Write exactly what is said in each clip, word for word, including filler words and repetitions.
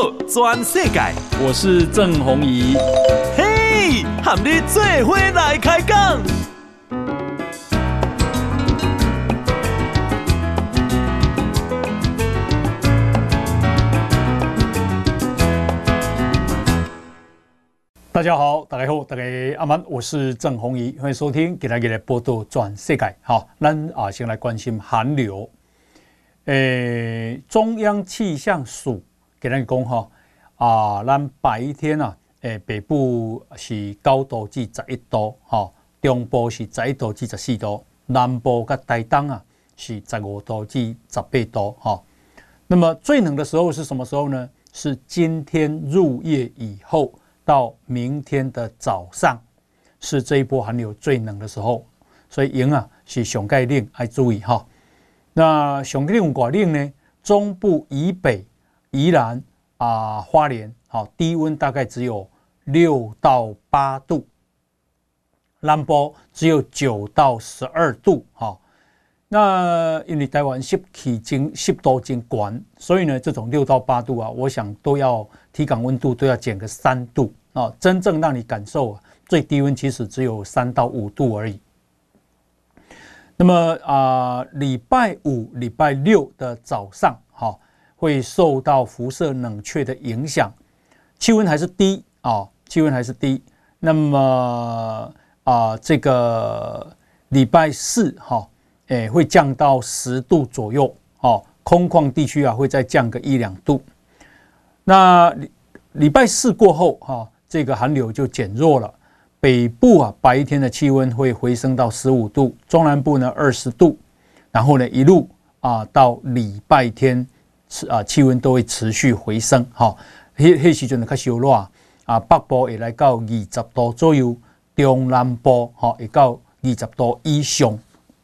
道全世界。 我是郑弘仪。 嘿，和你做伙来开讲。 大家好，大家好，大家阿曼，我是郑弘仪，欢迎收听今天的报道全世界。好，咱啊先来关心寒流。诶，中央气象署给咱讲哈啊，咱白天啊，诶北部是九度至十一度，哈，中部是十一度至十四度，南部跟台东啊是十五度至十八度，哈。那么最冷的时候是什么时候呢？是今天入夜以后。到明天的早上是这一波寒流最冷的时候，所以营啊是上盖令要注意哈。那上盖令寡令呢？中部以北、宜兰啊、花莲，好低温大概只有六到八度，南部只有九到十二度哈。那因为台湾湿气真湿度真高，所以呢，这种六到八度啊，我想都要体感温度都要减个三度啊，真正让你感受啊，最低温其实只有三到五度而已。那么啊，礼拜五、礼拜六的早上，哈，会受到辐射冷却的影响，气温还是低啊，气温还是低。那么啊，这个礼拜四哈。诶，会降到十度左右，哦，空旷地区啊会再降个一两度。那礼拜四过后，哈、哦，这个寒流就减弱了。北部啊白天的气温会回升到十五度，中南部呢二十度，然后呢一路啊到礼拜天，啊气温都会持续回升，哈、哦，迄迄时阵就开始热啊，北部会来到二十度左右，中南部哈会到二十度以上。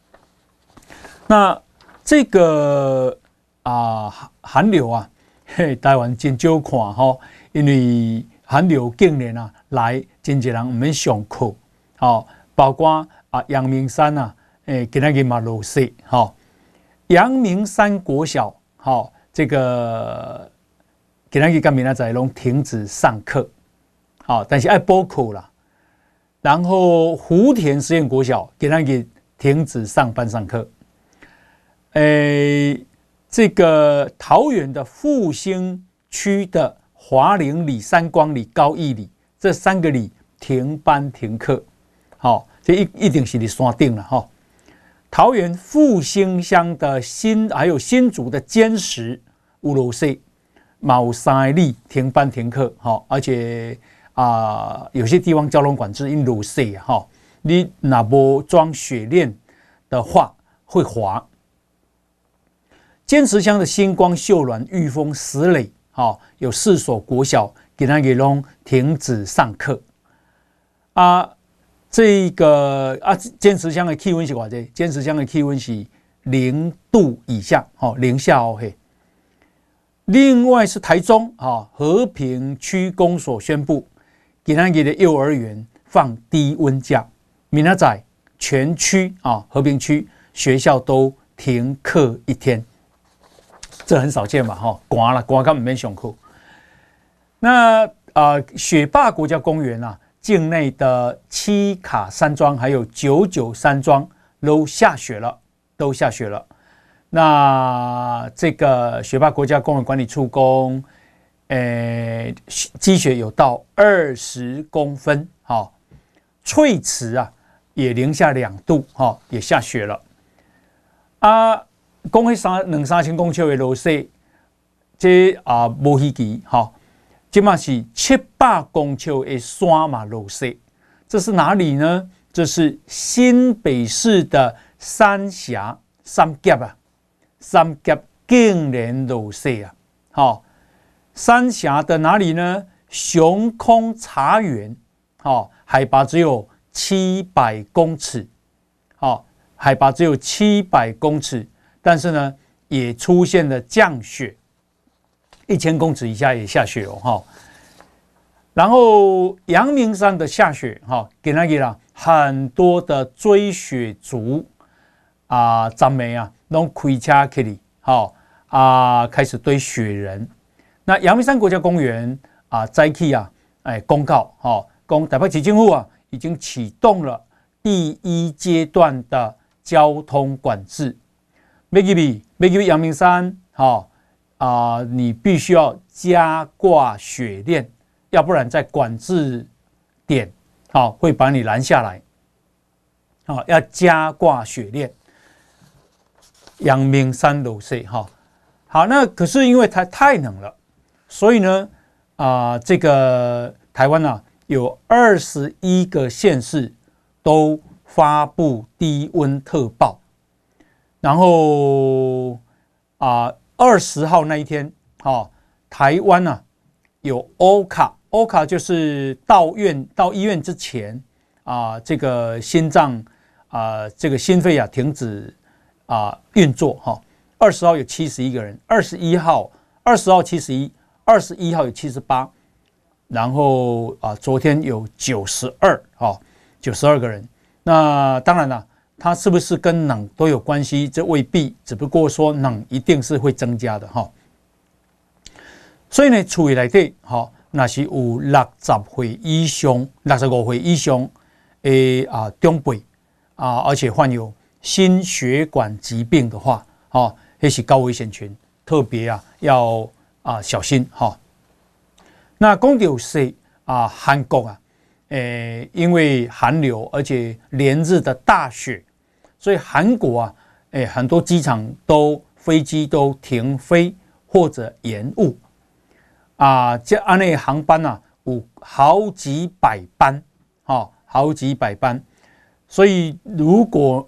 那这个啊寒流啊，嘿，台湾真少看哈，因为寒流近年啊来，真侪人唔免上课，好，包括啊阳明山啊，诶，今仔日嘛落雪，哈，阳明山国小，好，这个今仔日跟明仔载拢停止上课，好，但是爱补课啦。然后湖田实验国小今仔日停止上班上课。诶，这个桃园的复兴区的华林里、三光里、高义里这三个里停班停课，好，这一一定是你山顶了哈。桃园复兴乡的新还有新竹的坚实、乌鲁西、某三个里停班停课，好，而且啊、呃，有些地方交通管制因鲁西哈，你若无装雪链的话会滑。坚持乡的星光、秀峦、玉峰、石垒，好，有四所国小今仔日拢停止上课啊。这个啊，坚持乡的气温是偌济？坚持乡的气温是零度以下，好，零下哦嘿。另外是台中啊，和平区公所宣布，今仔日的幼儿园放低温假，明仔载全区啊和平区学校都停课一天。这很少见嘛，哈，寒了，寒到唔免上课。那啊、呃，雪霸国家公园啊，境内的七卡山庄还有九九山庄都下雪了，都下雪了。那这个雪霸国家公园管理处公，呃，积雪有到二十公分，哈、哦，翠池啊也零下两度，哈、哦，也下雪了，啊。讲迄三两三千公尺的落雪，这啊无稀奇哈。这嘛是七百公尺的山嘛落雪，这是哪里呢？这是新北市的三峡三峡啊，三峡竟然落雪啊！好，三峡的哪里呢？雄空茶园，好，海拔只有七百公尺，好，海拔只有七百公尺。但是呢，也出现了降雪，一千公尺以下也下雪哦，哈。然后阳明山的下雪，哈，给那个啦，很多的追雪族啊、呃，咱们啊，拢开车去哩，好啊，开始堆雪人。 那阳明山国家公园啊，早起啊，哎，公告哈，公台北市政府啊，已经启动了第一阶段的交通管制。要入去，要入去阳明山，哈啊，你必须要加挂雪链，要不然在管制点，好会把你拦下来。好，要加挂雪链。阳明山楼水哈，好，那可是因为它太冷了，所以呢，啊、呃，这个台湾啊有二十一个县市都发布低温特报，然后啊，二十号那一天，哦，台湾啊有欧卡，欧卡就是到院到医院之前啊，这个心脏啊，这个心肺啊停止。啊，运作哈，二十号有七十一个人，二十一号二十号七十一，二十一号有七十八，然后啊，昨天有九十二，哈，九十二个人。那当然了，它是不是跟冷都有关系？这未必，只不过说冷一定是会增加的哈。所以呢，厝内底哈，那是有六十岁以上、六十五岁以上的啊长辈啊，而且患有心血管疾病的话，哦，那是高危险群，特别啊要啊小心哈、哦。那讲到是啊韩国啊，诶，因为寒流而且连日的大雪，所以韩国啊，诶很多机场都飞机都停飞或者延误啊，这安内航班啊有好几百班，哦，好几百班，所以如果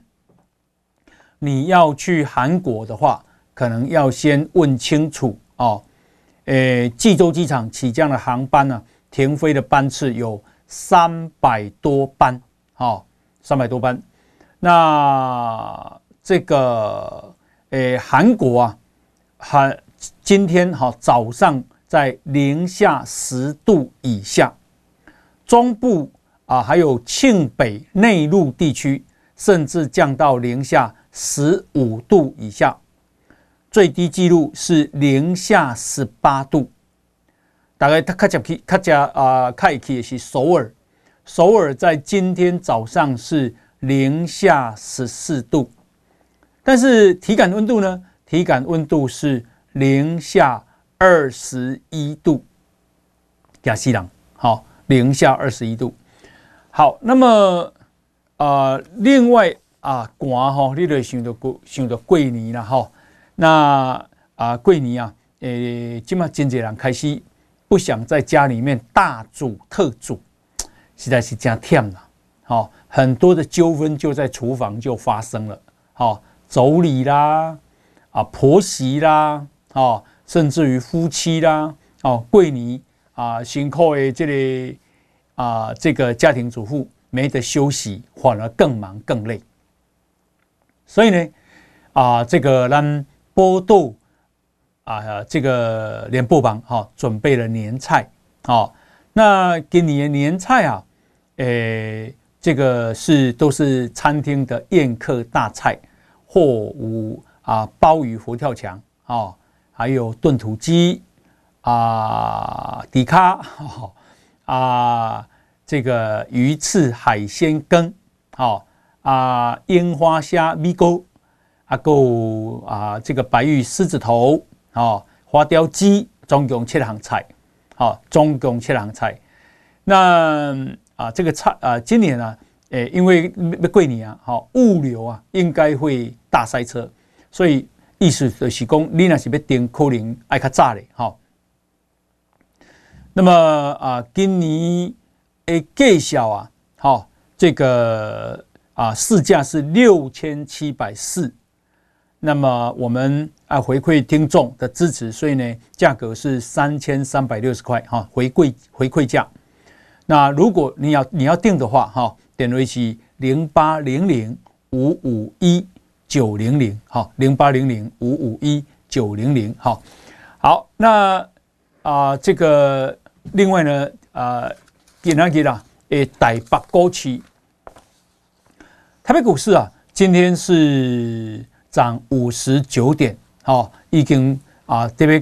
你要去韩国的话，可能要先问清楚哦。诶，济州机场起降的航班呢、啊，停飞的班次有三百多班，哦，三百多班。那这个诶，韩国啊，韩今天哈、哦、早上在零下十度以下，中部啊还有庆北内陆地区，甚至降到零下十五度以下，最低纪录是零下十八度。大概它较接较加啊，较去的是首尔，首尔在今天早上是零下十四度，但是体感温度呢？体感温度是零下二十一度，亚西朗好，零下二十一度。好，那么呃，另外。啊，寒吼，你就想到想到过年啦吼。那啊，过年啊，诶，今嘛真侪人开始不想在家里面大煮特煮，实在是真忝啦。好、哦，很多的纠纷就在厨房就发生了。好、哦，妯娌啦，啊，婆媳啦，哦，甚至于夫妻啦，哦，过年啊，辛苦的这个啊，这个家庭主妇没得休息，反而更忙更累。所以呢，啊，这个咱波豆啊，这个联播网哈、哦、准备了年菜，哦，那给你的年菜啊，诶，这个是都是餐厅的宴客大菜，或无啊鲍鱼佛跳墙啊、哦，还有炖土鸡啊、底咖哦啊，这个鱼翅海鲜羹，哦。啊，樱花虾米糕，啊，够啊，这个白玉狮子头，哦，花雕鸡，总共七行菜，好、哦，总共七行菜。那啊，这个菜啊，今年呢，诶，因为要过年啊，好、哦，物流啊，应该会大塞车，所以意思就是讲，你若是要订，可能爱较早嘞，哈、哦。那么啊，今年的介绍啊，好、哦，这个。啊，市价是六千七百四，那么我们啊回馈听众的支持，所以呢价格是三千三百六十块哈，回馈回馈价。那如果你要你要订的话哈，点为是零八零零五五一九零零哈，零八零零五五一九零零哈。好，那啊、呃、这个另外呢啊，今仔日啦，诶台北股市。台北股市啊，今天是涨五十九点，好、哦，已经啊，这边到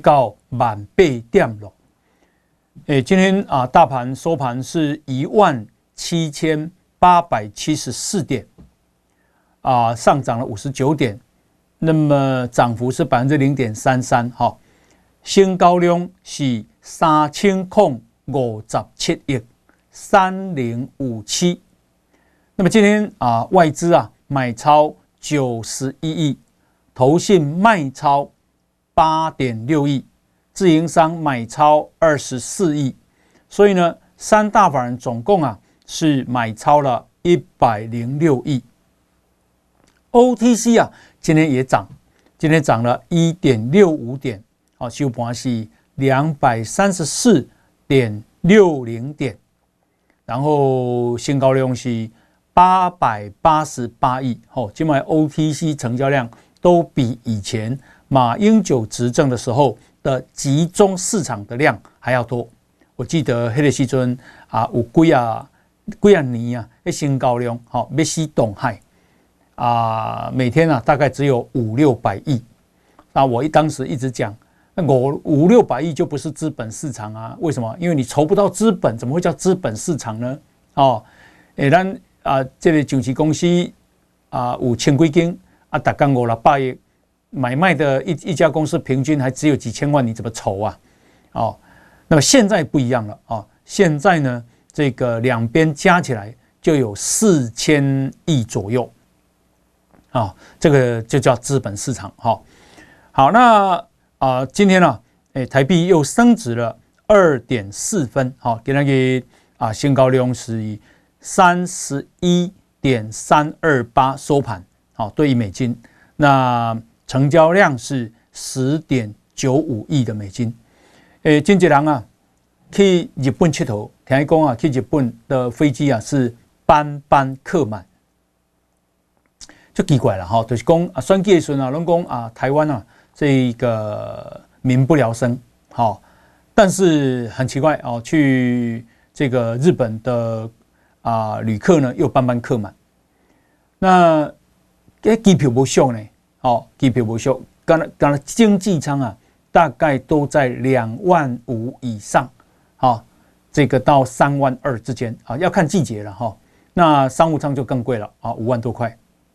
万八点了。诶，今天啊，大盘收盘是一万七千八百七十四点，啊，上涨了五十九点，那么涨幅是百分之零点三三，哈，成交量是三千空五十七亿，三零五七。那么今天啊，外资啊买超九十一亿，投信卖超八点六亿。自营商买超二十四亿，所以呢，三大法人总共啊是买超了一百零六亿。O T C 啊，今天也涨，今天涨了一点六五点，啊，收盘是两百三十四点六零点，然后新高量是八百八十八亿。哦，今晚 O T C 成交量都比以前马英九执政的时候的集中市场的量还要多。我记得那个时阵啊，有几啊几啊年啊，那新高量好要死东海啊，每天啊大概只有五六百亿。那我一当时一直讲，那我五六百亿就不是资本市场啊？为什么？因为你筹不到资本，怎么会叫资本市场呢？哦，诶，咱啊这个上市公司啊有千几间啊，大概五六百亿。买卖的一一家公司平均还只有几千万，你怎么筹啊？哦，那么现在不一样了啊、哦！现在呢，这个两边加起来就有四千亿左右啊、哦，这个就叫资本市场哈、哦。好，那啊、呃，今天呢，哎，台币又升值了二点四分，好、哦，给那个啊，新高量是以三十一点三二八收盘，好、哦，对于美金，那。成交量是十点九五亿的美金。诶，经纪人啊，去日本佚佗，听讲啊，去日本的飞机啊是班班客满，就奇怪了哈。就是讲啊，选举的时候啊，拢讲啊，台湾啊这个民不聊生，好，但是很奇怪哦，去这个日本的啊旅客呢又班班客满，那这机票不俗呢？哦，机票不俗，刚才刚才经济舱啊，大概都在两万五以上，好、哦，这个到三万二之间啊，要看季节了哈、哦。那商务舱就更贵了啊，五万多块。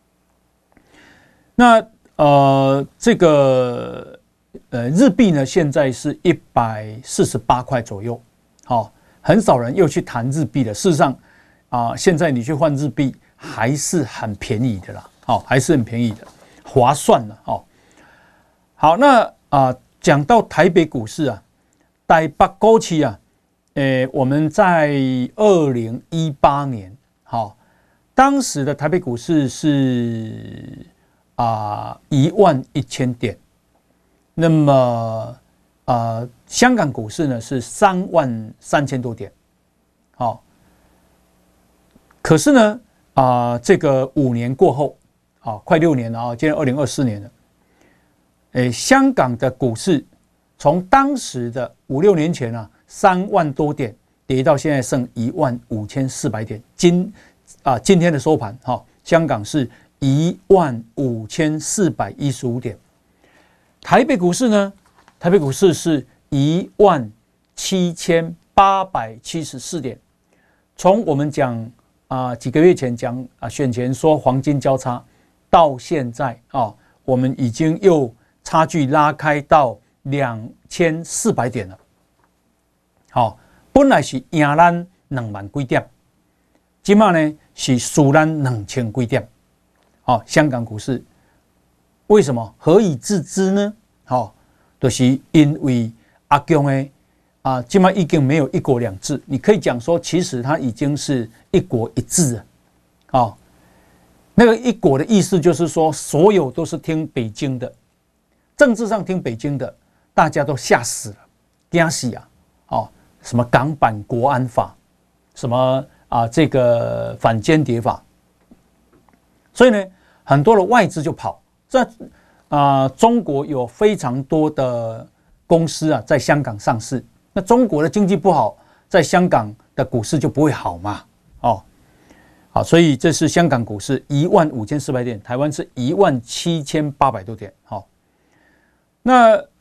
那呃，这个呃日币呢，现在是一百四十八块左右，好、哦，很少人又去谈日币了。事实上啊、呃，现在你去换日币还是很便宜的啦，好、哦，还是很便宜的。划算了哦。好，那啊，讲到台北股市啊，台北股市啊，诶，我们在二零一八年，好、哦，当时的台北股市是啊一万一千点，那么啊，香港股市呢是三万三千多点，好、哦，可是呢啊，这个五年过后。啊，快六年了啊！今年二零二四年了。诶，香港的股市从当时的五六年前啊，三万多点跌到现在剩一万五千四百点。今啊，今天的收盘哈、哦，香港是一万五千四百一十五点。台北股市呢？台北股市是一万七千八百七十四点。从我们讲啊，几个月前讲啊，选前说黄金交叉。到现在啊，我们已经又差距拉开到两千四百点了。好，本来是赢咱两万几点，今嘛呢是输咱两千几点。好，香港股市为什么？何以致之呢？好，就是因为阿共的啊，今嘛已经没有一国两制，你可以讲说，其实它已经是一国一制了。好。那个一国的意思就是说，所有都是听北京的，政治上听北京的，大家都吓死了，惊死啊！哦，什么港版国安法，什么啊这个反间谍法，所以呢，很多的外资就跑。在啊，中国有非常多的公司啊，在香港上市，那中国的经济不好，在香港的股市就不会好嘛，哦。好，所以这是香港股市一万五千四百点，台湾是一万七千八百多点。好，那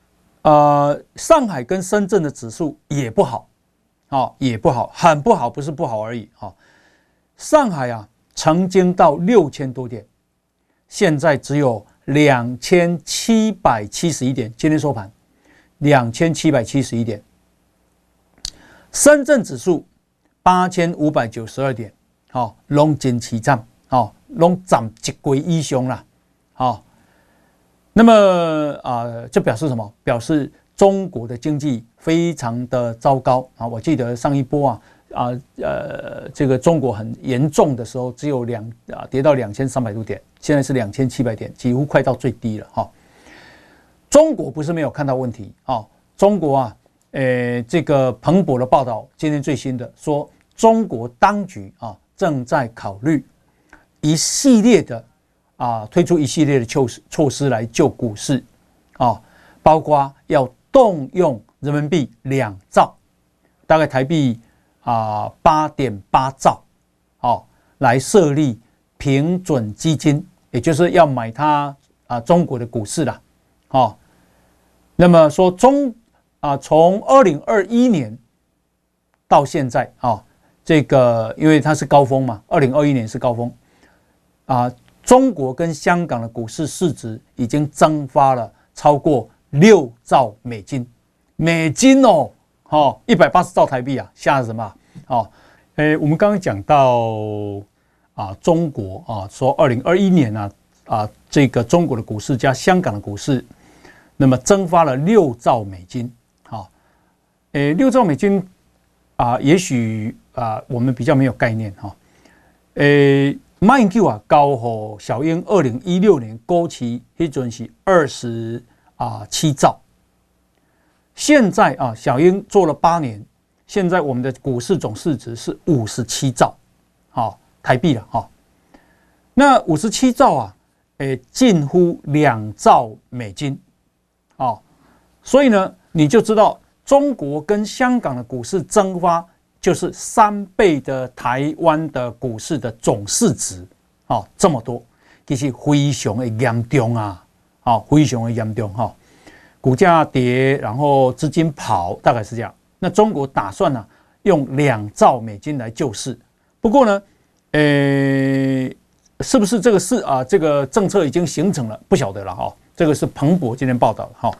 呃，上海跟深圳的指数也不好，哦，也不好，很不好，不是不好而已，哦。上海啊，曾经到六千多点，现在只有两千七百七十一点，今天收盘两千七百七十一点。深圳指数八千五百九十二点，好，拢真齐涨，好，拢涨一轨以上啦，好。那么啊、呃，这表示什么？表示中国的经济非常的糟糕啊！我记得上一波啊啊呃，这个中国很严重的时候，只有两啊跌到两千三百多点，现在是两千七百点，几乎快到最低了哈。中国不是没有看到问题啊，中国啊，呃，这个彭博的报道，今天最新的说，中国当局啊正在考虑一系列的。啊，推出一系列的措施措施来救股市，啊，包括要动用人民币两兆，大概台币啊八点八兆，哦，来设立平准基金，也就是要买它啊中国的股市啦，哦，那么说中啊从二零二一年到现在啊，这个因为它是高峰嘛，二零二一年是高峰啊。中国跟香港的股市市值已经蒸发了超过六兆美金，美金哦，哦，一百八十兆台币啊，吓什么？哦，诶，我们刚刚讲到啊，中国啊，说二零二一年呢啊，啊，这个中国的股市加香港的股市，那么蒸发了六兆美金，好，诶，六兆美金啊，也许啊，我们比较没有概念哈，诶。马英九啊，交给小英二零一六年股市那阵是二十啊七兆，现在啊小英做了八年，现在我们的股市总市值是五十七兆，好、哦、台币了哈、哦。那五十七兆啊，诶近乎两兆美金，哦，所以呢你就知道中国跟香港的股市蒸发。就是三倍的台湾的股市的总市值，哦，这么多，其实非常的严重啊，哦，非常的严重哈、哦，股价跌，然后资金跑，大概是这样。那中国打算呢、啊，用两兆美金来救市，不过呢，呃，是不是这个事啊？这个政策已经形成了，不晓得了哈、哦。这个是彭博今天报道的哈、哦。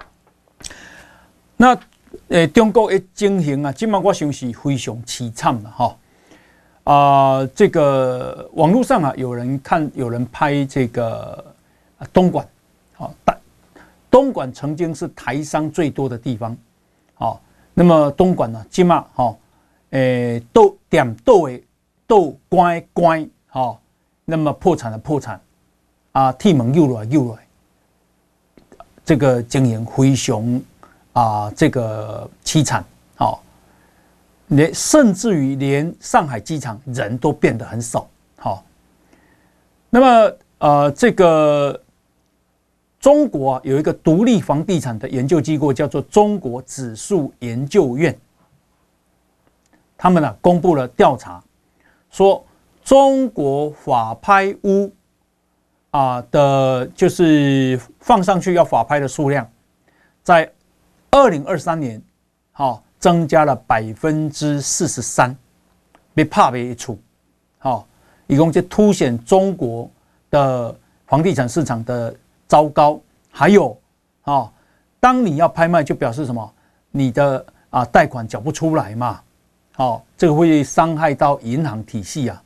那。诶，中国的经营啊，今麦我想是非常凄惨的哈。啊、呃，这个网络上啊，有人看，有人拍这个东莞，好，东莞曾经是台商最多的地方，好，那么东莞呢，今麦哈，诶，都点豆诶，豆关关，好，那么破产的破产，啊，替门又来又来，这个经营非常。啊，这个凄惨，哦，连甚至于连上海机场人都变得很少，好、哦。那么呃，这个中国啊有一个独立房地产的研究机构，叫做中国指数研究院，他们呢、啊、公布了调查，说中国法拍屋啊的，就是放上去要法拍的数量，在二零二三年，好、哦、增加了百分之四十三，被怕被一出，好，一共就凸显中国的房地产市场的糟糕。还有，啊、哦，当你要拍卖，就表示什么？你的啊贷款缴不出来嘛，好、哦，这个会伤害到银行体系啊。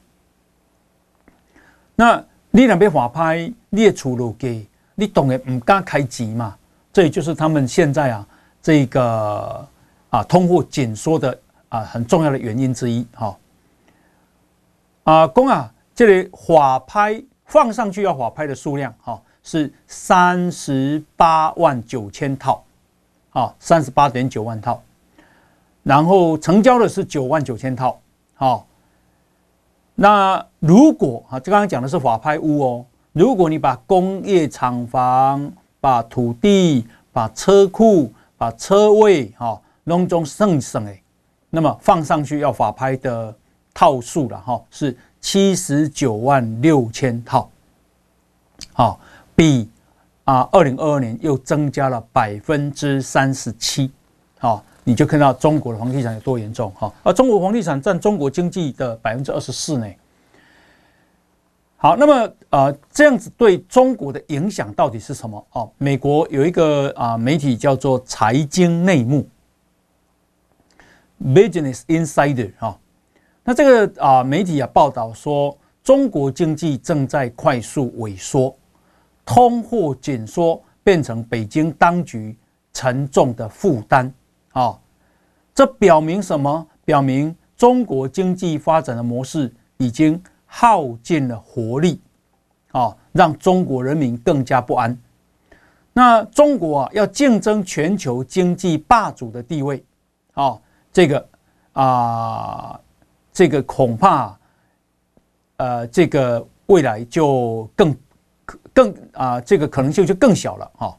那你那边法拍，你的出路给，你当然唔敢开钱嘛。这也就是他们现在啊。这个啊，通货紧缩的啊很重要的原因之一，哈、哦、啊，公啊，这里法拍放上去要法拍的数量，哈、哦、是三十八万九千套，啊，三十八点九万套，然后成交的是九万九千套，好、哦，那如果啊，这刚刚讲的是法拍屋哦，如果你把工业厂房、把土地、把车库把车位哈弄中剩剩诶，那么放上去要法拍的套数了哈，是七十九万六千套，好，比啊，二零二二年又增加了百分之三十七，好，你就看到中国的房地产有多严重哈。而中国房地产占中国经济的百分之二十四呢。好，那么呃，这样子对中国的影响到底是什么？哦，美国有一个啊、呃、媒体叫做财经内幕 （Business Insider） 哈、哦，那这个啊、呃、媒体啊报道说，中国经济正在快速萎缩，通货紧缩变成北京当局沉重的负担。啊，这表明什么？表明中国经济发展的模式已经耗尽了活力，啊，让中国人民更加不安。那中国啊，要竞争全球经济霸主的地位，啊，这个啊，这个恐怕，呃，这个未来就更更啊，这个可能性就更小了，哈。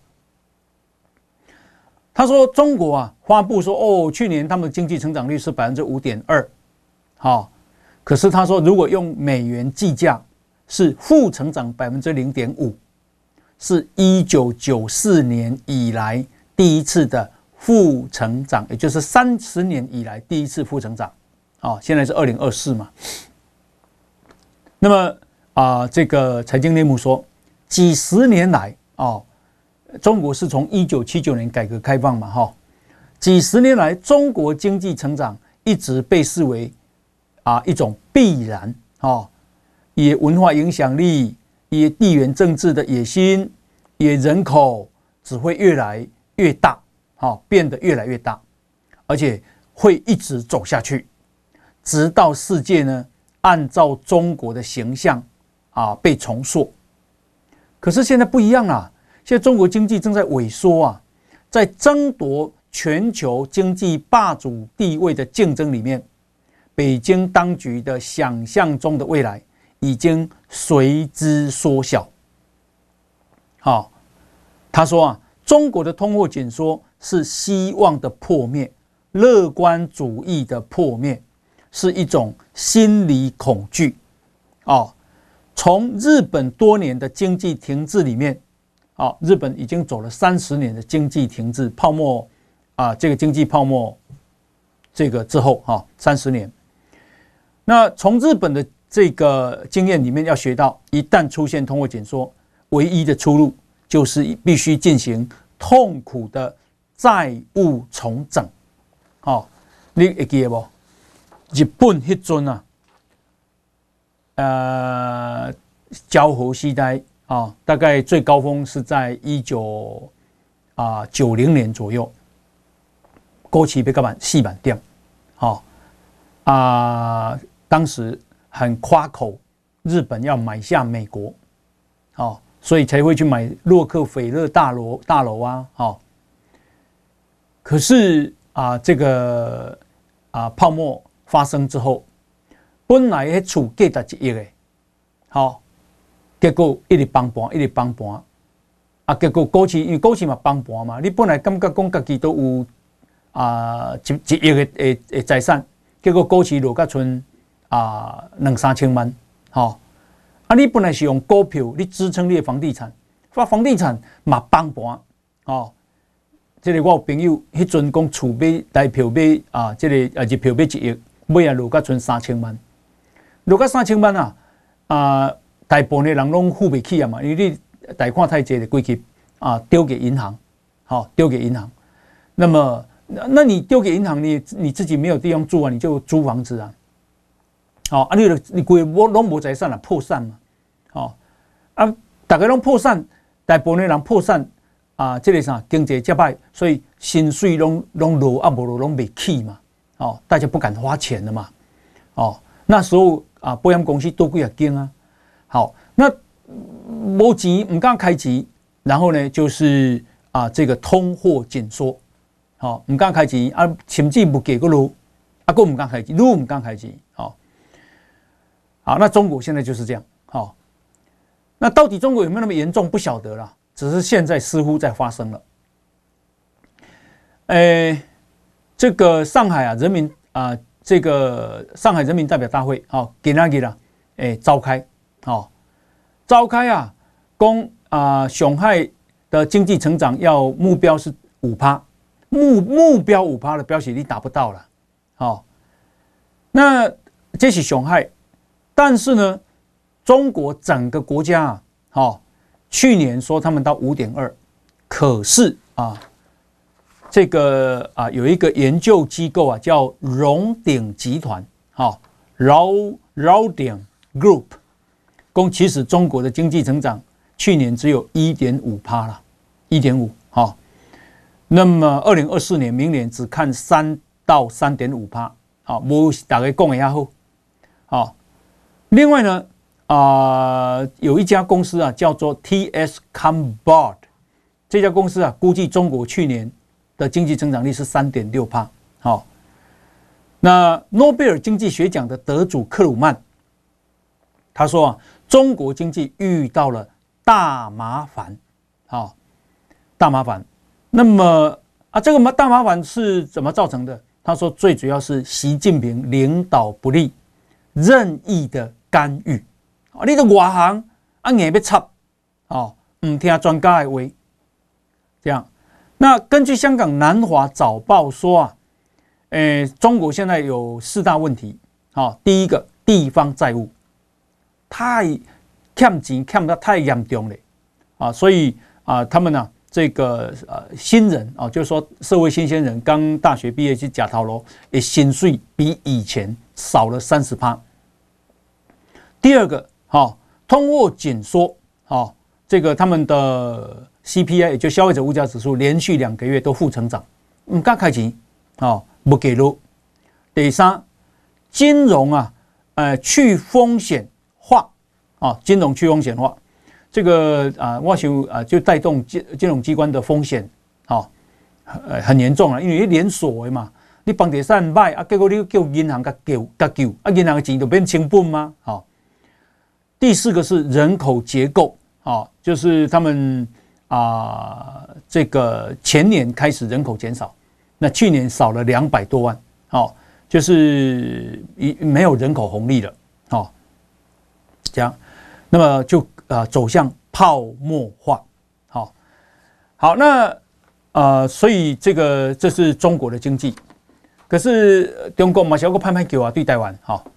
他说：“中国啊，发布说哦，去年他们的经济成长率是百分之五点二，好，可是他说如果用美元计价，是负成长百分之零点五，是一九九四年以来第一次的负成长，也就是三十年以来第一次负成长，啊，现在是二零二四嘛。那么啊、呃，这个财经内幕说，几十年来啊。”中国是从一九七九年改革开放嘛，哈，几十年来，中国经济成长一直被视为啊一种必然，啊，以文化影响力、以地缘政治的野心、以人口只会越来越大，啊，变得越来越大，而且会一直走下去，直到世界呢按照中国的形象啊被重塑。可是现在不一样啦。现在中国经济正在萎缩啊，在争夺全球经济霸主地位的竞争里面，北京当局的想象中的未来已经随之缩小。好，他说啊，中国的通货紧缩是希望的破灭，乐观主义的破灭，是一种心理恐惧。哦，从日本多年的经济停滞里面。啊，日本已经走了三十年的经济停滞泡沫啊，这个经济泡沫这个之后啊，三十年。那从日本的这个经验里面要学到，一旦出现通货紧缩，唯一的出路就是必须进行痛苦的债务重整。好、哦，你会记得不？日本那阵啊，呃，昭和时代。啊，大概最高峰是在一九啊九零年左右，高市被干板四万点，好啊，当时很夸口，日本要买下美国，哦，所以才会去买洛克菲勒大楼大楼啊，哦，可是啊，这个啊泡沫发生之后，本来迄厝价值一亿的，好。结果一直崩盘，一直崩盘，啊！结果股市因为股市嘛崩盘嘛，你本来感觉讲家己都有啊一一亿的诶诶财产，结果股市落甲剩啊两三千万，吼、哦！啊，你本来是用股票你支撑你的房地产，发房地产嘛崩盘，哦！这个我有朋友迄阵讲厝买台票买啊，这个啊日票买一亿，买啊落甲剩三千万，落甲三千万啊啊！大部分的人拢付不起啊嘛，因为你贷款太济的归去啊丢给银行，好、哦、丢给银行。那么，那你丢给银行，你你自己没有地方住啊，你就租房子啊。好、哦、啊，你你规我拢无财产啊，破产嘛。好、哦、啊，大家拢破产，大部分的人破产啊，这个啥经济失败，所以薪水拢拢落啊，无落拢没起嘛。哦，大家不敢花钱了嘛。哦，那时候啊，保险公司多几啊间啊。好，那没钱唔敢开钱，然后呢，就是啊，这个通货紧缩，好，唔敢开钱啊，甚至不给个路，啊，够唔敢开钱，路唔敢开钱，好，好，那中国现在就是这样，好，那到底中国有没有那么严重？不晓得啦，只是现在似乎在发生了。诶，这个上海啊，人民啊，这个上海人民代表大会，好，今仔日啦，诶，召开。哦，召开啊，讲啊，上海的经济成长要目标是五趴，目目标五趴的标息你达不到了，好、哦，那这是伤害。但是呢，中国整个国家啊，好、哦，去年说他们到五点二，可是啊，这个啊有一个研究机构啊叫荣鼎集团，好、哦，饶饶鼎 Group， 公其实中国的经济成长去年只有 一点五趴 了， 一点五， 好，那么二零二四年明年只看三到三点五趴，好，无大家讲的遐好，好。另外呢，啊、呃，有一家公司啊，叫做 T S Comboard， 这家公司啊，估计中国去年的经济增长率是 三点六趴。好，那诺贝尔经济学奖的得主克鲁曼，他说啊，中国经济遇到了大麻烦，好，大麻烦。那么啊，这个大麻烦是怎么造成的？他说，最主要是习近平领导不力，任意的干预，你的外行啊，硬要插，哦，唔听专家的话，这样。那根据香港南华早报说啊，诶，中国现在有四大问题，好、哦，第一个地方债务太欠钱欠得太严重了啊，所以啊，他们呢、啊，这个呃新人啊，就是说社会新鲜人刚大学毕业去假头路，诶，薪水比以前少了三十趴。第二个，好、哦，通货紧缩，好、哦，这个他们的 C P I 也就消费者物价指数连续两个月都负成长，唔敢开钱，哦，不给路。第三，金融啊，呃，去风险化，啊、哦，金融去风险化，这个啊，我想啊，就带动金金融机关的风险，好、哦，呃，很严重了，因为连锁的嘛，你房地产卖啊，结果你叫银行甲救甲救，啊，银行的钱就变成本吗？好、哦。第四个是人口结构，啊，就是他们啊，这个前年开始人口减少，那去年少了两百多万，好，就是一没有人口红利了，好，这样，那么就啊走向泡沫化，好，好，那呃，所以这个这是中国的经济，可是中国嘛，小个拍拍球啊，对台湾，好，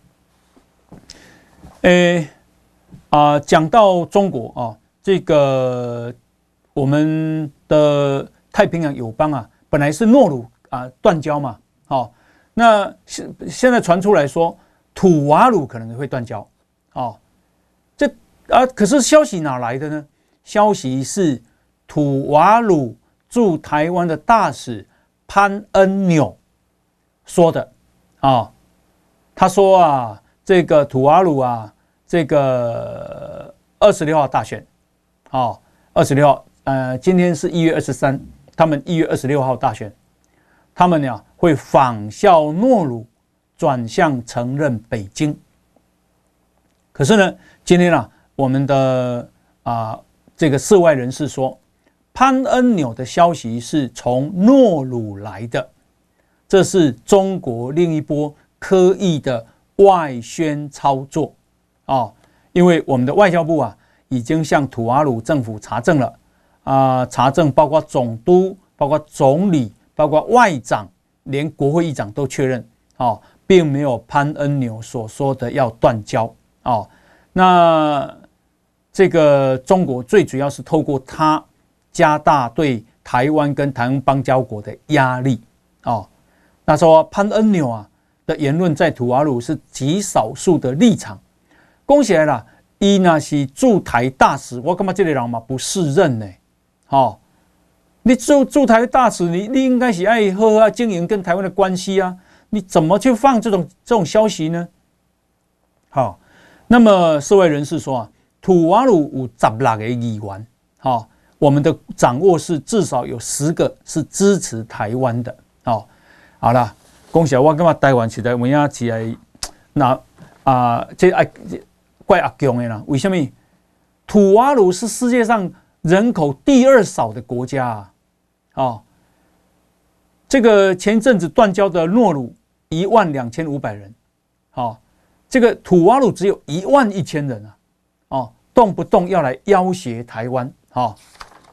诶。啊、呃，讲到中国啊，这个我们的太平洋友邦啊，本来是诺鲁啊断交嘛，好、哦，那现现在传出来说土瓦鲁可能会断交，哦，这啊，可是消息哪来的呢？消息是土瓦鲁驻台湾的大使潘恩纽说的啊、哦，他说啊，这个土瓦鲁啊。这个二十六号大选，哦，二十六号，呃，今天是一月二十三，他们一月二十六号大选，他们呢会仿效诺鲁转向承认北京。可是呢，今天啊，我们的啊、呃、这个涉外人士说，潘恩纽的消息是从诺鲁来的，这是中国另一波刻意的外宣操作。哦，因为我们的外交部啊，已经向土瓦鲁政府查证了啊、呃，查证包括总督、包括总理、包括外长，连国会议长都确认，哦，并没有潘恩纽所说的要断交。哦，那这个中国最主要是透过他加大对台湾跟台湾邦交国的压力。哦，那说潘恩纽啊的言论在土瓦鲁是极少数的立场。讲起来啦，伊那是驻台大使，我感觉这个人嘛不适任呢。好、哦，你驻驻台大使，你你应该是爱好好经营跟台湾的关系啊，你怎么去放这种这种消息呢？好、哦，那么社会人士说啊，土瓦鲁有十六个议员，好、哦，我们的掌握是至少有十个是支持台湾的。好、哦，好啦，讲起来我感觉台湾实在有影起来，那啊，这爱。怪阿强的啦，为什么？土瓦鲁是世界上人口第二少的国家啊！哦，这个前一阵子断交的诺鲁一万两千五百人，哦，这个土瓦鲁只有一万一千人啊！哦，动不动要来要挟台湾，哦，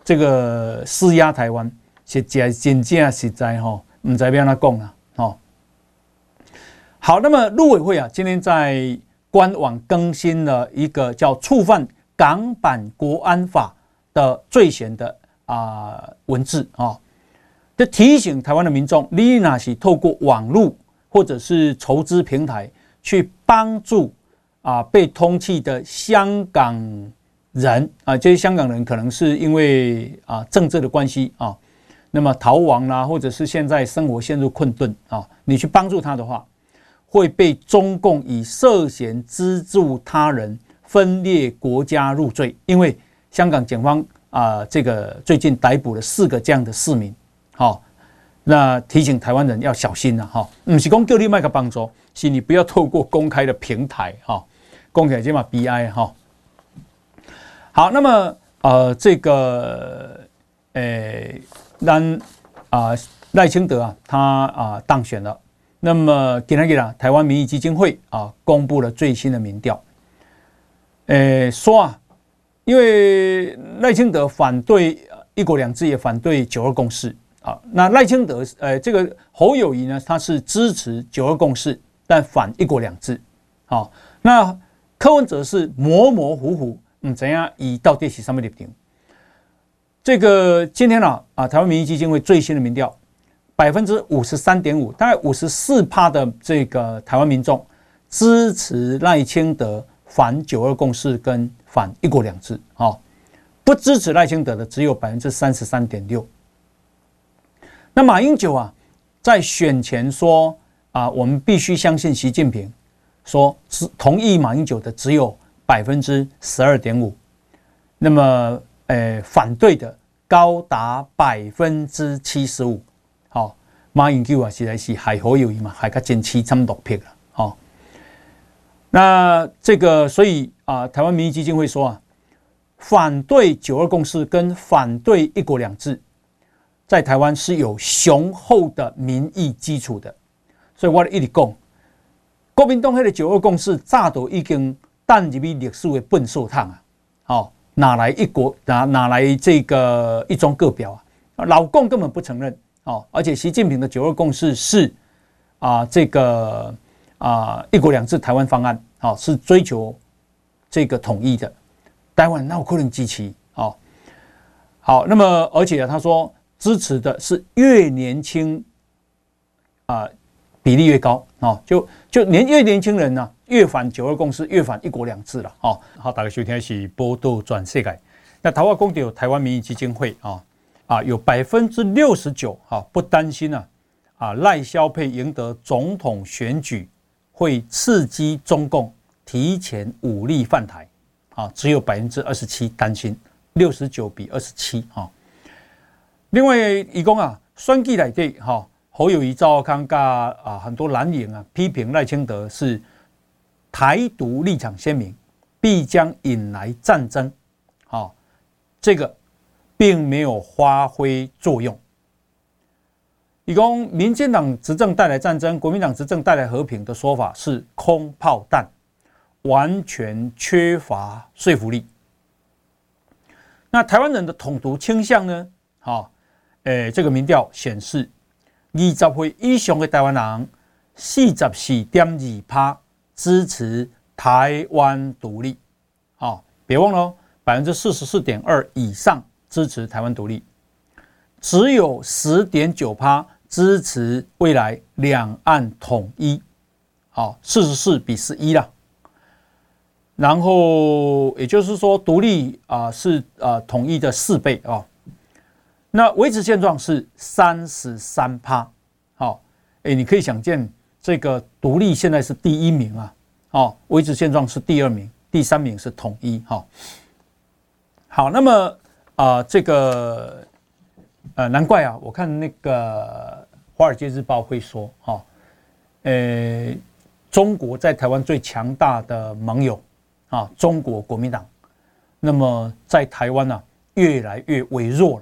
这个施压台湾，是真真正实在哈，唔知要安怎讲啦，哦。好，那么陆委会啊，今天在官网更新了一个叫触犯港版国安法的罪嫌的啊、呃、文字啊，就提醒台湾的民众，你若是透过网络或者是筹资平台去帮助啊被通缉的香港人啊，这些香港人可能是因为啊政治的关系啊，那么逃亡啦、啊，或者是现在生活陷入困顿啊，你去帮助他的话，会被中共以涉嫌资助他人分裂国家入罪。因为香港警方啊、呃，这个最近逮捕了四个这样的市民，好、哦，那提醒台湾人要小心了、啊、哈，不是讲叫你卖个帮助，是你不要透过公开的平台哈，公开这嘛悲哀哈。好，那么呃，这个呃，让啊赖清德啊，他啊、呃、当选了。那么今天啊，台湾民意基金会啊公布了最新的民调，呃说啊，因为赖清德反对一国两制，也反对九二共识啊。那赖清德呃这个侯友宜呢，他是支持九二共识，但反一国两制。好、啊，那柯文哲是模模糊糊。嗯，怎样以到底是什么立场？这个今天啊啊，台湾民意基金会最新的民调，百分之五十三点五，大概五十四趴的这个台湾民众支持赖清德反九二共识跟反一国两制，哦，不支持赖清德的只有百分之三十三点六。那马英九啊，在选前说啊，我们必须相信习近平，说同意马英九的只有百分之十二点五，那么，呃，反对的高达百分之七十五。好，马英九啊，实在是还好友谊嘛，还较真七trăm六票了。好，那这个，所以啊，台湾民意基金会说啊，反对九二共识跟反对一国两制，在台湾是有雄厚的民意基础的。所以我一直讲，国民党迄个九二共识早都已经弹入去历史的粪扫桶啊！哦，哪来一国哪哪来这个一中各表啊？老共根本不承认哦，而且习近平的九二共识是啊、呃、这个啊、呃、一国两制台湾方案，好、哦、是追求这个统一的，台湾哪有可能支持？哦，好，那么而且他说支持的是越年轻啊、呃、比例越高哦，就就年越年轻人呢、啊。越反九二共识，越反一国两制了哦。好，大家收听的是报道转世界。那台湾公有台湾民意基金会啊啊，有百分之六十九啊不担心啊啊赖萧配赢得总统选举会刺激中共提前武力犯台啊，只有百分之二十七担心，六十九比二十七啊。另外，一共啊选举内底哈，侯友宜、赵少康加啊很多蓝营啊批评赖清德是台独立场鲜明，必将引来战争。好、哦，这个并没有发挥作用。以供民进党执政带来战争，国民党执政带来和平的说法是空炮弹，完全缺乏说服力。那台湾人的统独倾向呢？好、哦，诶，这个民调显示，二十岁以上的台湾人四十四点二趴。支持台湾独立，好、哦，别忘了哦，百分之四十四点二以上支持台湾独立，只有十点九趴支持未来两岸统一，好，四十四比十一啦。然后也就是说，独立啊、呃、是啊、呃、统一的四倍啊、哦。那维持现状是三十三趴，好，哎，你可以想见。这个独立现在是第一名啊，哦，维持现状是第二名，第三名是统一，哈、哦。好，那么啊、呃，这个呃，难怪啊，我看那个《华尔街日报》会说，哈、哦，呃，中国在台湾最强大的盟友啊，中国国民党，那么在台湾呢、啊，越来越微弱了。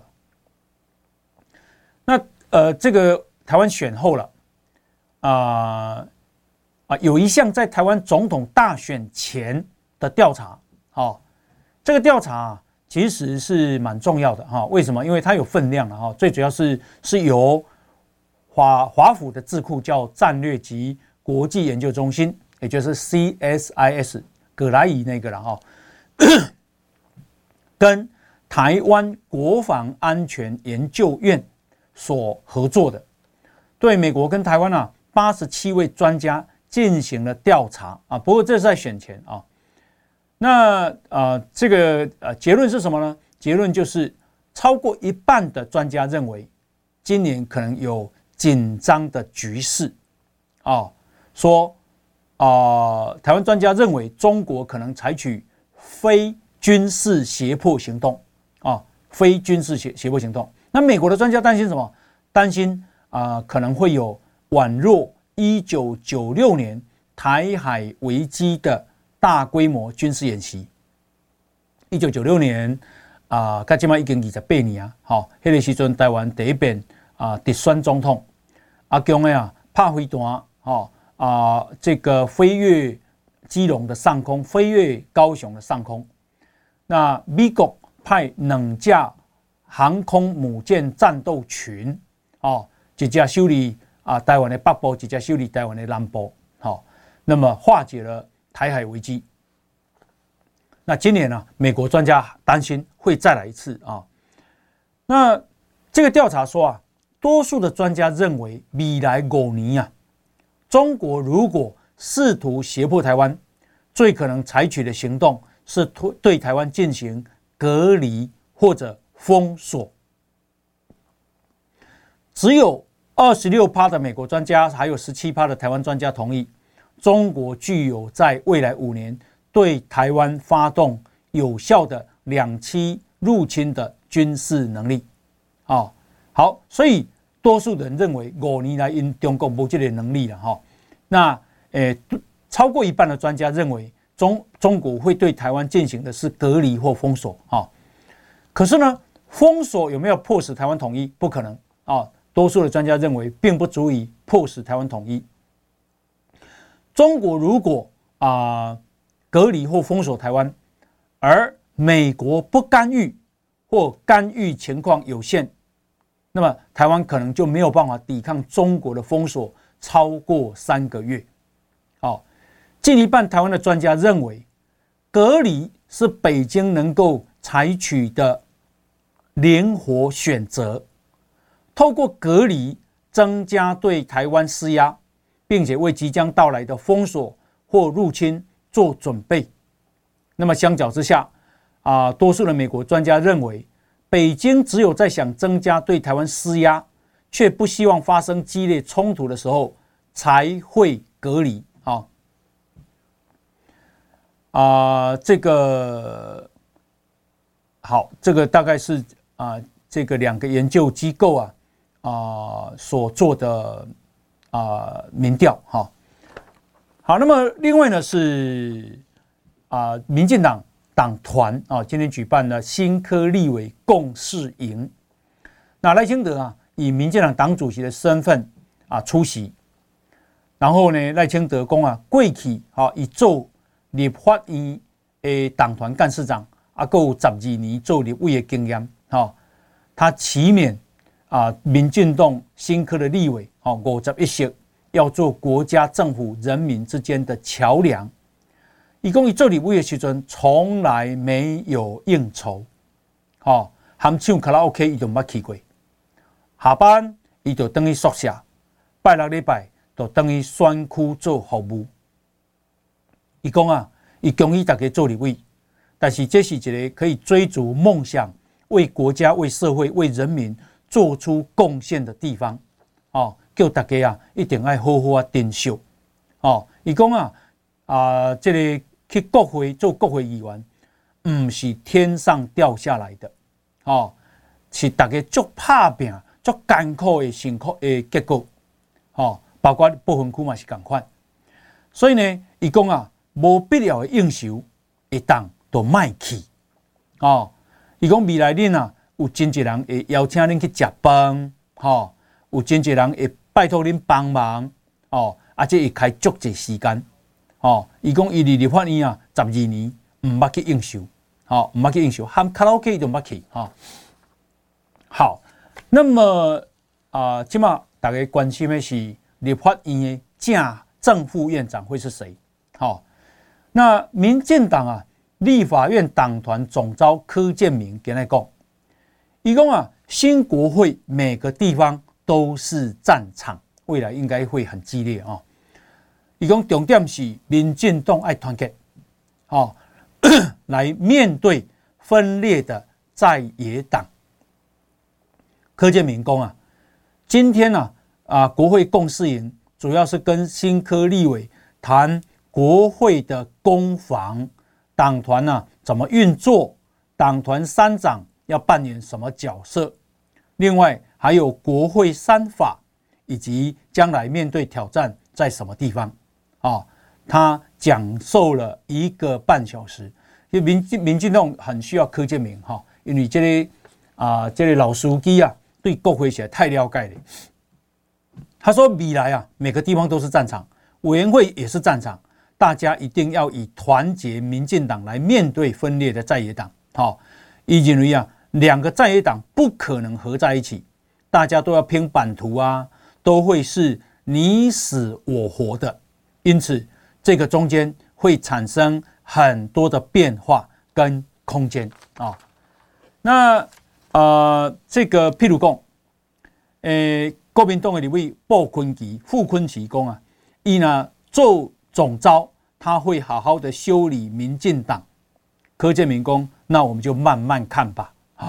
那呃，这个台湾选后了。啊、呃、啊，有一项在台湾总统大选前的调查，哦，这个调查、啊、 其实是蛮重要的哈。为什么？因为它有分量了哈。最主要是是由华华府的智库叫战略及国际研究中心，也就是 C S I S 葛莱仪那个了哈，跟台湾国防安全研究院所合作的，对美国跟台湾啊八十七位专家进行了调查啊。不过这是在选前啊。那呃，这个呃结论是什么呢？结论就是超过一半的专家认为，今年可能有紧张的局势啊。说啊、呃，台湾专家认为中国可能采取非军事胁迫行动啊，非军事胁胁迫行动。那美国的专家担心什么？担心啊、呃，可能会有宛若一九九六年台海危机的大规模军事演习。一九九六年啊，到现在已经二十八年啊，好，那个时阵台湾第一遍啊直选总统，阿强的啊拍飞弹，哦啊这个飞越基隆的上空，飞越高雄的上空。那美国派两架航空母舰战斗群，哦，一架修理啊台湾的北部，一架修理台湾的南部，好、哦，那么化解了台海危机。那今年呢、啊，美国专家担心会再来一次啊。那这个调查说啊，多数的专家认为，未来五年啊，中国如果试图胁迫台湾，最可能采取的行动是对台湾进行隔离或者封锁。只有 百分之二十六 的美国专家，还有 百分之十七 的台湾专家同意，中国具有在未来五年对台湾发动有效的两栖入侵的军事能力。哦，好，所以多数人认为五年来因中国没这个能力了哈。那诶，超过一半的专家认为中中国会对台湾进行的是隔离或封锁哈。可是呢，封锁有没有迫使台湾统一？不可能啊。多数的专家认为，并不足以迫使台湾统一。中国如果啊、呃、隔离或封锁台湾，而美国不干预或干预情况有限，那么台湾可能就没有办法抵抗中国的封锁超过三个月。好、哦，近一半台湾的专家认为，隔离是北京能够采取的灵活选择。透过隔离增加对台湾施压，并且为即将到来的封锁或入侵做准备。那么相较之下，啊，多数的美国专家认为，北京只有在想增加对台湾施压，却不希望发生激烈冲突的时候，才会隔离。啊，啊，这个好，这个大概是啊，这个两个研究机构啊。啊、呃，所做的啊、呃、民调哈，好，那么另外呢是啊、呃，民进党党团啊，今天举办了新科立委共识营，那赖清德啊以民进党党主席的身份啊出席，然后呢赖清德讲啊，过去啊以做立法院的党团干事长啊，够有十二年做立委的经验，哈，他期勉。啊，民进党新科的立委，哦，五十一席要做国家政府人民之间的桥梁。一共伊做立委的时阵，从来没有应酬，哦，含唱卡拉 OK 伊就捌去过。下班伊就回去宿舍，拜六礼拜就回去选区做服务。伊讲啊，伊恭喜大家做立委，但是这是一个可以追逐梦想、为国家、为社会、为人民。做出贡献的地方，哦，叫大家啊一定要好好啊珍惜，哦，伊讲啊啊，这个去国会做国会议员，唔是天上掉下来的，哦，是大家足打拼、足艰苦的辛苦的结果，哦，包括部分区嘛是同款，所以呢，伊讲啊，无必要的应酬，一当都卖去，哦，伊讲未来恁啊。有真侪人会邀请恁去食饭，吼，有真侪人会拜托恁帮忙，哦，而且会开足侪时间，哦，伊讲伊离立法院啊十二年，毋捌去应酬， 好，唔捌去应酬，喊卡拉 OK 就唔捌去哈。好，那么啊，今嘛大家关心的是立法院的正正副院长会是谁？好，那民进党啊，立法院党团总召柯建铭跟他讲，伊讲啊，新国会每个地方都是战场，未来应该会很激烈啊。伊讲重点是民进党爱团结，好、哦，来面对分裂的在野党。柯建铭讲啊，今天呢 啊, 啊，国会共识营主要是跟新科立委谈国会的攻防，党团呢、啊、怎么运作，党团三长要扮演什么角色，另外还有国会三法以及将来面对挑战在什么地方啊、哦？他讲授了一个半小时，因为民进民进党很需要柯建铭哈，因为这个啊这个老书记啊对国会写太了解了。他说未来啊每个地方都是战场，委员会也是战场，大家一定要以团结民进党来面对分裂的在野党。好，他认为啊两个在野党不可能合在一起，大家都要拼版图啊，都会是你死我活的，因此这个中间会产生很多的变化跟空间啊、哦。那呃，这个譬如讲，诶，国民党的立委鲍昆萁、傅昆萁讲啊，伊呢做总召，他会好好的修理民进党。柯建铭讲，那我们就慢慢看吧。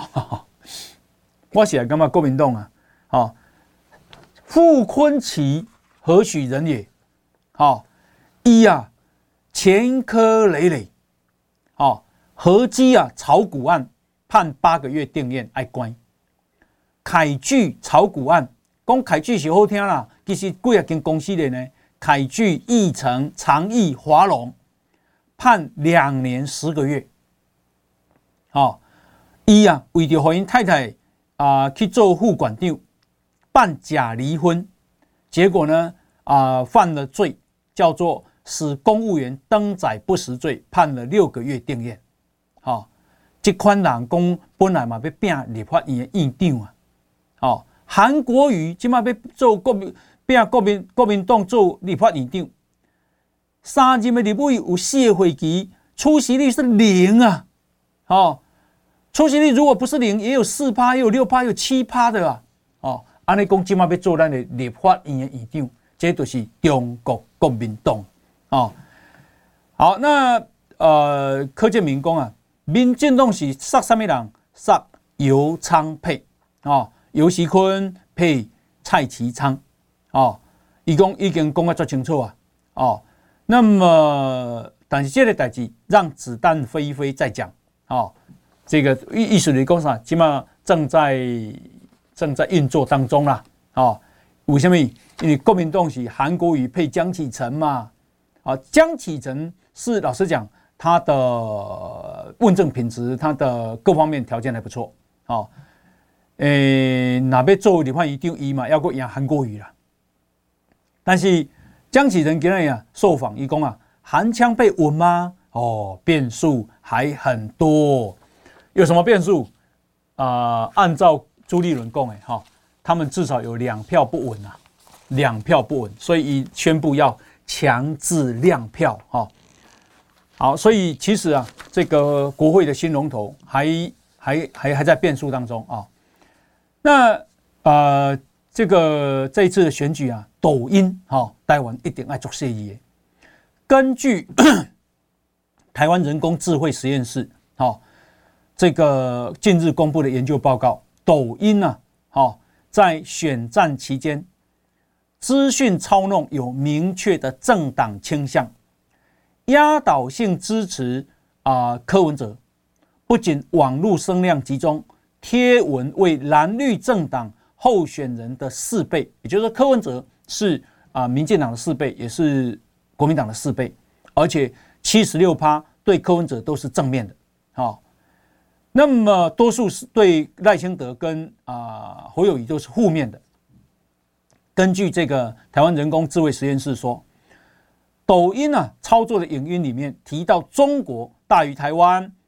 我写感觉国民党啊，好，傅昆萁何许人也？好，一啊，前科累累，好，合基啊炒股案判八个月定谳，爱关。凯聚炒股案，讲凯聚是好听啦，其实几啊间公司的呢，凯聚、益成、长益、华龙判两年十个月。好，伊啊为着和因太太啊、呃、去做副馆长，办假离婚，结果呢啊、呃、犯了罪，叫做使公务员登载不实罪，判了六个月定谳。好、哦，这款人讲本来嘛要拼立法院的院长啊。哦，韩国瑜今嘛要做国民拼国民国民党做立法院长，三任的立委有四个会期，出席率是零啊。哦，出席率如果不是零，也有四趴，也有六趴，也有七趴的啊。哦，安尼讲今嘛要做咱的立法院的院长，这就是中国国民党。哦，好，那呃，柯建铭讲啊，民进党是杀什么人？杀游昌配哦，游锡堃配蔡其昌哦，伊讲已经讲得足清楚啊哦。那么，但是这个代志让子弹飞一飞再讲哦。这个意思是讲啥？起码正在正在运作当中啦哦。为什么？因为国民党是韩国瑜配江启臣嘛。啊，江启臣是老实讲，他的问政品质，他的各方面条件还不错。哦，诶，哪边做立法院长伊嘛，要过赢韩国瑜啦。但是江启臣今天啊受访，伊讲啊，韩枪被稳吗？哦，变数还很多。有什么变数？啊、呃，按照朱立伦讲，哎哈，他们至少有两票不稳啊，两票不稳，所以宣布要强制亮票哈。好，所以其实啊，这个国会的新龙头还还还还在变数当中啊。那呃，这个这一次的选举啊，抖音哈、哦，台湾一定爱做生意。根据台湾人工智慧实验室哈、哦，这个近日公布的研究报告，抖音呢、啊，好、哦，在选战期间，资讯操弄有明确的政党倾向。压倒性支持啊、呃、柯文哲，不仅网络声量集中，贴文为蓝绿政党候选人的四倍，也就是说柯文哲是啊、呃、民进党的四倍，也是国民党的四倍，而且 百分之七十六 对柯文哲都是正面的，好、哦，那么多数是对赖清德跟啊、呃、侯友宜都是负面的。根据这个台湾人工智慧实验室说。抖音啊操作的影音里面提到中国大于台湾，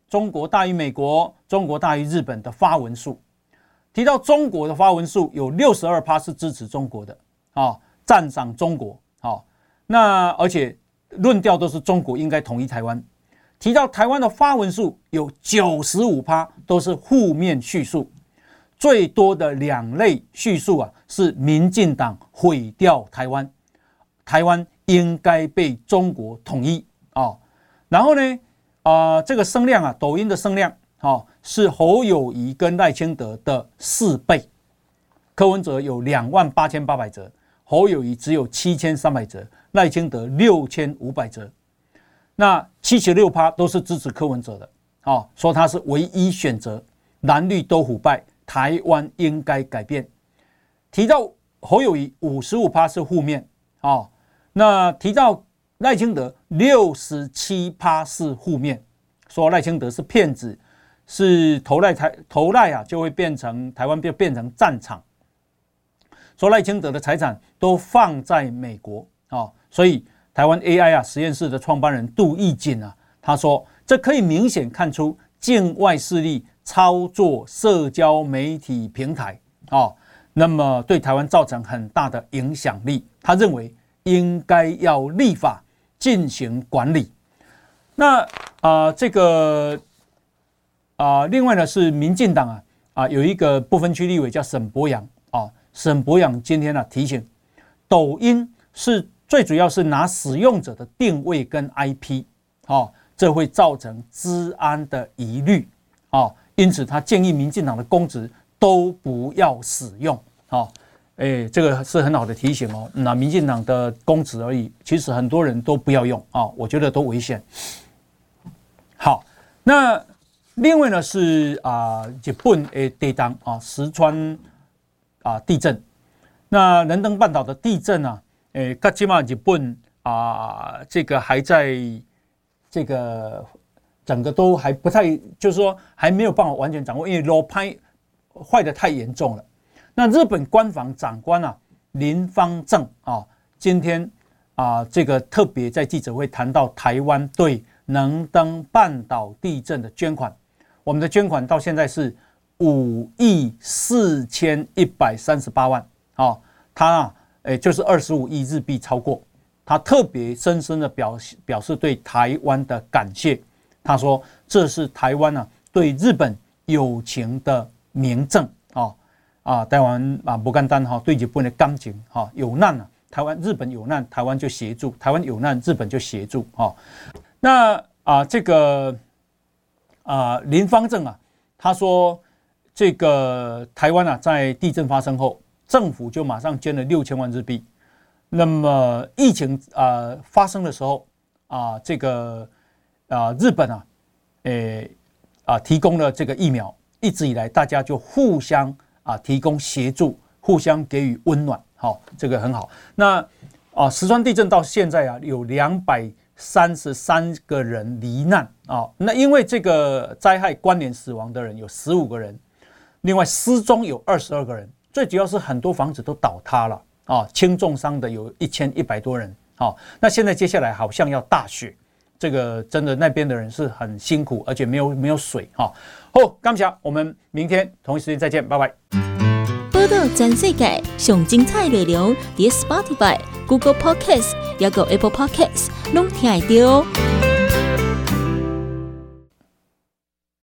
中国大于美国，中国大于日本的发文数。提到中国的发文数，有 百分之六十二 是支持中国的，啊，赞赏中国，啊，那而且论调都是中国应该统一台湾。提到台湾的发文数，有 百分之九十五 都是负面叙述。最多的两类叙述啊，是民进党毁掉台湾，台湾应该被中国统一啊、哦。然后呢，啊、呃，这个声量啊，抖音的声量哦，是侯友宜跟赖清德的四倍。柯文哲有两万八千八百则，侯友宜只有七千三百则，赖清德六千五百则。那 百分之七十六 都是支持柯文哲的，哦，说他是唯一选择，蓝绿都腐败。台湾应该改变。提到侯友宜 百分之五十五 是负面、哦、那提到赖清德 百分之六十七 是负面，说赖清德是骗子，是投赖台投赖啊就会变成台湾就变成战场。说赖清德的财产都放在美国、哦、所以台湾 A I 啊实验室的创办人杜义景啊，他说这可以明显看出境外势力操作社交媒体平台、哦、那么对台湾造成很大的影响力。他认为应该要立法进行管理。那啊、呃，这个啊、呃，另外呢是民进党啊啊有一个不分区立委叫沈伯洋啊，沈伯洋今天啊提醒，抖音是最主要是拿使用者的定位跟 I P 哦，这会造成治安的疑虑哦。因此，他建议民进党的公职都不要使用。好，哎，这个是很好的提醒哦。那民进党的公职而已，其实很多人都不要用啊、哦，我觉得都危险。好，那另外呢是啊、呃，日本的地震啊，石川啊地震。那能登半岛的地震啊，诶，到现在日本啊，这个还在这个。整个都还不太，就是说还没有办法完全掌握，因为路拍坏得太严重了。那日本官房长官啊林芳正啊，今天啊这个特别在记者会谈到台湾对能登半岛地震的捐款，我们的捐款到现在是五亿四千一百三十八万啊，他啊诶就是二十五亿日币超过，他特别深深的表表示对台湾的感谢。他说：“这是台湾啊对日本友情的明证啊啊！台湾啊不简单哈，对日本的感情哈，有难啊，台湾日本有难，台湾就协助；台湾有难，日本就协助哈。那啊这个啊林芳正啊，他说这个台湾啊在地震发生后，政府就马上捐了六千万日币。那么疫情啊发生的时候啊，这个。”啊，日本啊，诶啊，提供了这个疫苗，一直以来大家就互相啊提供协助，互相给予温暖，好、哦，这个很好。那啊，石川地震到现在啊，有两百三十三个人罹难啊、哦，那因为这个灾害关联死亡的人有十五个人，另外失踪有二十二个人，最主要是很多房子都倒塌了啊、哦，轻重伤的有一千一百多人，好、哦，那现在接下来好像要大雪。这个真的那边的人是很辛苦，而且没有没有水哈。好，感谢，我们明天同一时间再见，拜拜。 报道全世界上精彩内容，伫 Spotify、Google Podcast， 还有 Apple Podcast， 拢听得到。